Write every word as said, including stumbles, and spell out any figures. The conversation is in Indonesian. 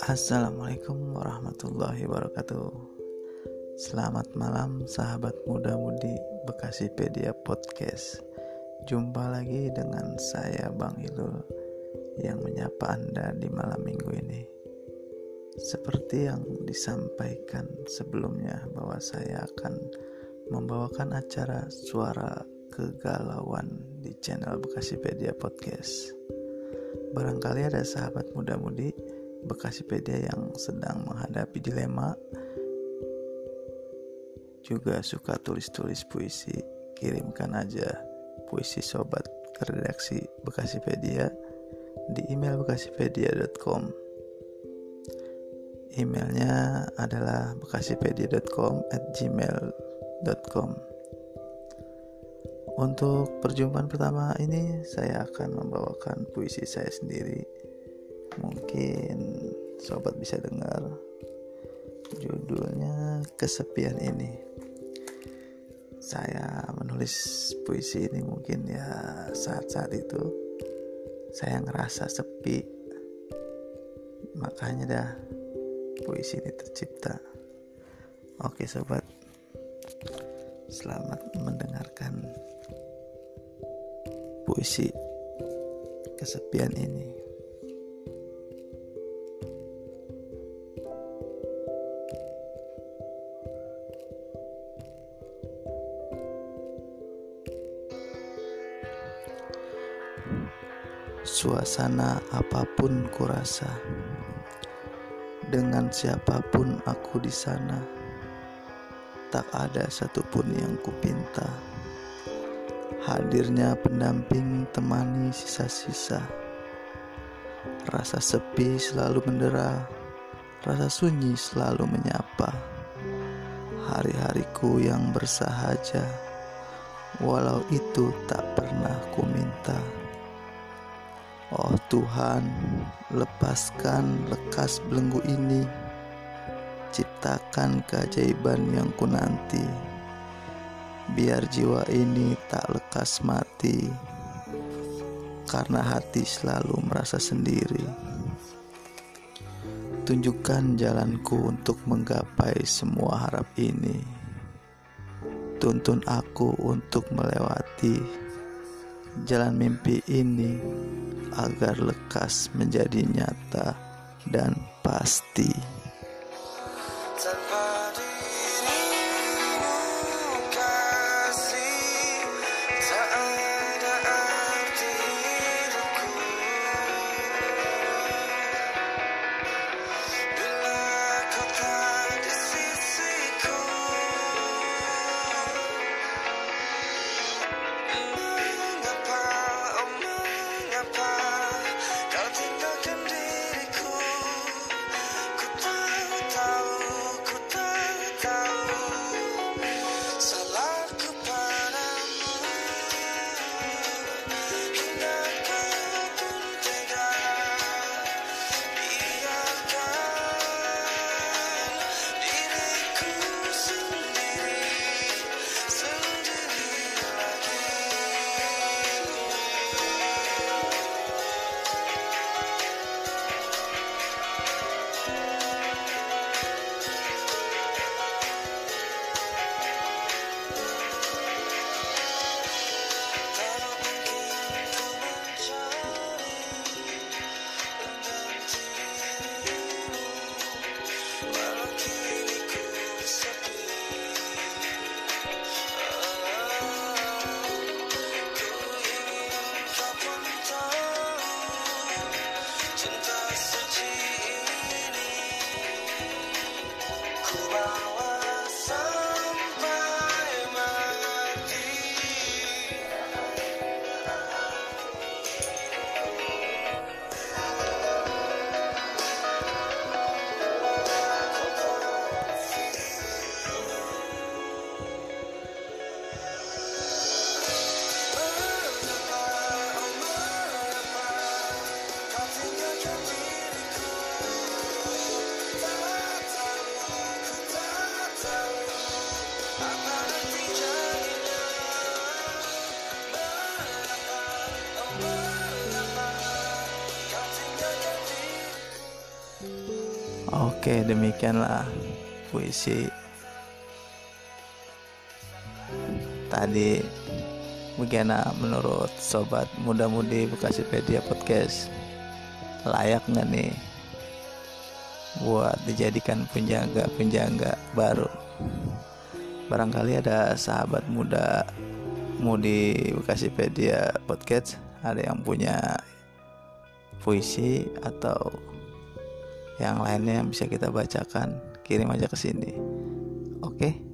Assalamualaikum warahmatullahi wabarakatuh. Selamat malam sahabat muda-mudi Bekasipedia Podcast. Jumpa lagi dengan saya Bang Ilul yang menyapa Anda di malam minggu ini. Seperti yang disampaikan sebelumnya bahwa saya akan membawakan acara suara kegalauan di channel Bekasipedia Podcast. Barangkali ada sahabat muda-mudi Bekasipedia yang sedang menghadapi dilema, juga suka tulis-tulis puisi, kirimkan aja puisi sobat ke redaksi Bekasipedia di email bekasipedia dot com. Emailnya adalah bekasipedia dot com at gmail dot com. Untuk perjumpaan pertama ini saya akan membawakan puisi saya sendiri. Mungkin sobat bisa dengar. Judulnya Kesepian Ini. Saya menulis puisi ini mungkin ya saat-saat itu saya ngerasa sepi. Makanya dah puisi ini tercipta. Oke sobat, selamat mendengarkan puisi Kesepian Ini. Suasana apapun kurasa, dengan siapapun aku di sana, tak ada satupun yang kupinta. Hadirnya pendamping temani sisa-sisa. Rasa sepi selalu mendera, rasa sunyi selalu menyapa. Hari-hariku yang bersahaja, walau itu tak pernah ku minta. Oh Tuhan, lepaskan lekas belenggu ini, ciptakan keajaiban yang ku nanti, biar jiwa ini tak lekas mati, karena hati selalu merasa sendiri. Tunjukkan jalanku untuk menggapai semua harap ini, tuntun aku untuk melewati jalan mimpi ini, agar lekas menjadi nyata dan pasti. Tanpa dirimu kasih, tak ada arti hidupku. Bila kau tak di sisiku, mengapa, oh mengapa kau tinggalkan diriku? Ku Oke, demikianlah puisi tadi. Bagaimana menurut sobat muda-mudi Bekasipedia Podcast? Layak nggak nih buat dijadikan penjaga-penjaga baru? Barangkali ada sahabat muda mudi Bekasipedia Podcast ada yang punya puisi atau yang lainnya yang bisa kita bacakan, kirim aja ke sini. Oke.